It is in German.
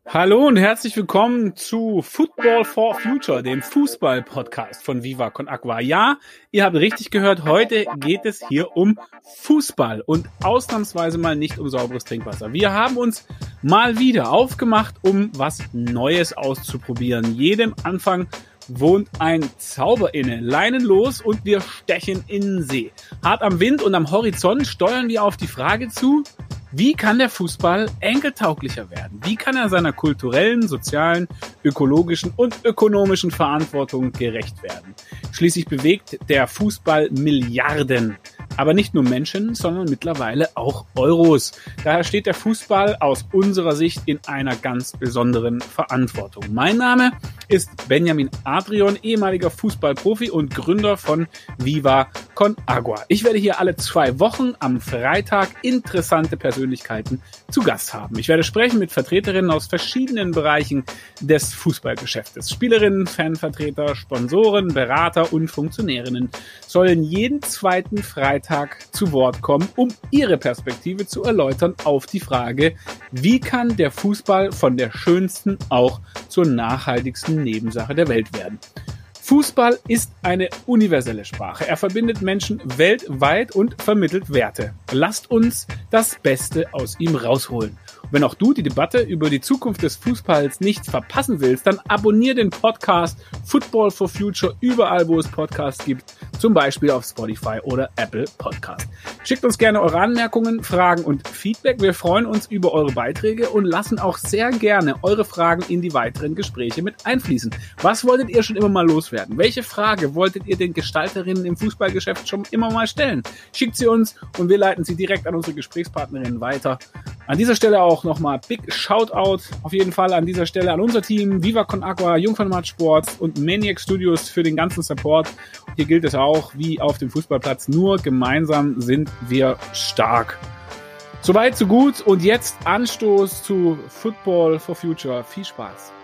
Hallo und herzlich willkommen zu Football for Future, dem Fußball-Podcast von Viva Con Agua. Ja, ihr habt richtig gehört, heute geht es hier um Fußball und ausnahmsweise mal nicht um sauberes Trinkwasser. Wir haben uns mal wieder aufgemacht, um was Neues auszuprobieren. Jedem Anfang wohnt ein Zauber inne. Leinen los und wir stechen in den See. Hart am Wind und am Horizont steuern wir auf die Frage zu: Wie kann der Fußball enkeltauglicher werden? Wie kann er seiner kulturellen, sozialen, ökologischen und ökonomischen Verantwortung gerecht werden? Schließlich bewegt der Fußball Milliarden. Aber nicht nur Menschen, sondern mittlerweile auch Euros. Daher steht der Fußball aus unserer Sicht in einer ganz besonderen Verantwortung. Mein Name ist Benjamin Adrian, ehemaliger Fußballprofi und Gründer von Viva Con Agua. Ich werde hier alle 2 Wochen am Freitag interessante Persönlichkeiten zu Gast haben. Ich werde sprechen mit Vertreterinnen aus verschiedenen Bereichen des Fußballgeschäftes. Spielerinnen, Fanvertreter, Sponsoren, Berater und Funktionärinnen sollen jeden zweiten Freitag zu Wort kommen, um ihre Perspektive zu erläutern auf die Frage: Wie kann der Fußball von der schönsten auch zur nachhaltigsten Nebensache der Welt werden? Fußball ist eine universelle Sprache. Er verbindet Menschen weltweit und vermittelt Werte. Lasst uns das Beste aus ihm rausholen. Und wenn auch du die Debatte über die Zukunft des Fußballs nicht verpassen willst, dann abonniere den Podcast Football for Future überall, wo es Podcasts gibt, zum Beispiel auf Spotify oder Apple Podcast. Schickt uns gerne eure Anmerkungen, Fragen und Feedback. Wir freuen uns über eure Beiträge und lassen auch sehr gerne eure Fragen in die weiteren Gespräche mit einfließen. Was wolltet ihr schon immer mal loswerden? Welche Frage wolltet ihr den Gestalterinnen im Fußballgeschäft schon immer mal stellen? Schickt sie uns und wir leiten sie direkt an unsere Gesprächspartnerinnen weiter. An dieser Stelle auch nochmal Big Shoutout auf jeden Fall an dieser Stelle an unser Team Viva Con Agua, Jungfernmatt Sports und Maniac Studios für den ganzen Support. Hier gilt es auch wie auf dem Fußballplatz: Nur gemeinsam sind wir stark. Soweit, so gut und jetzt Anstoß zu Football for Future. Viel Spaß.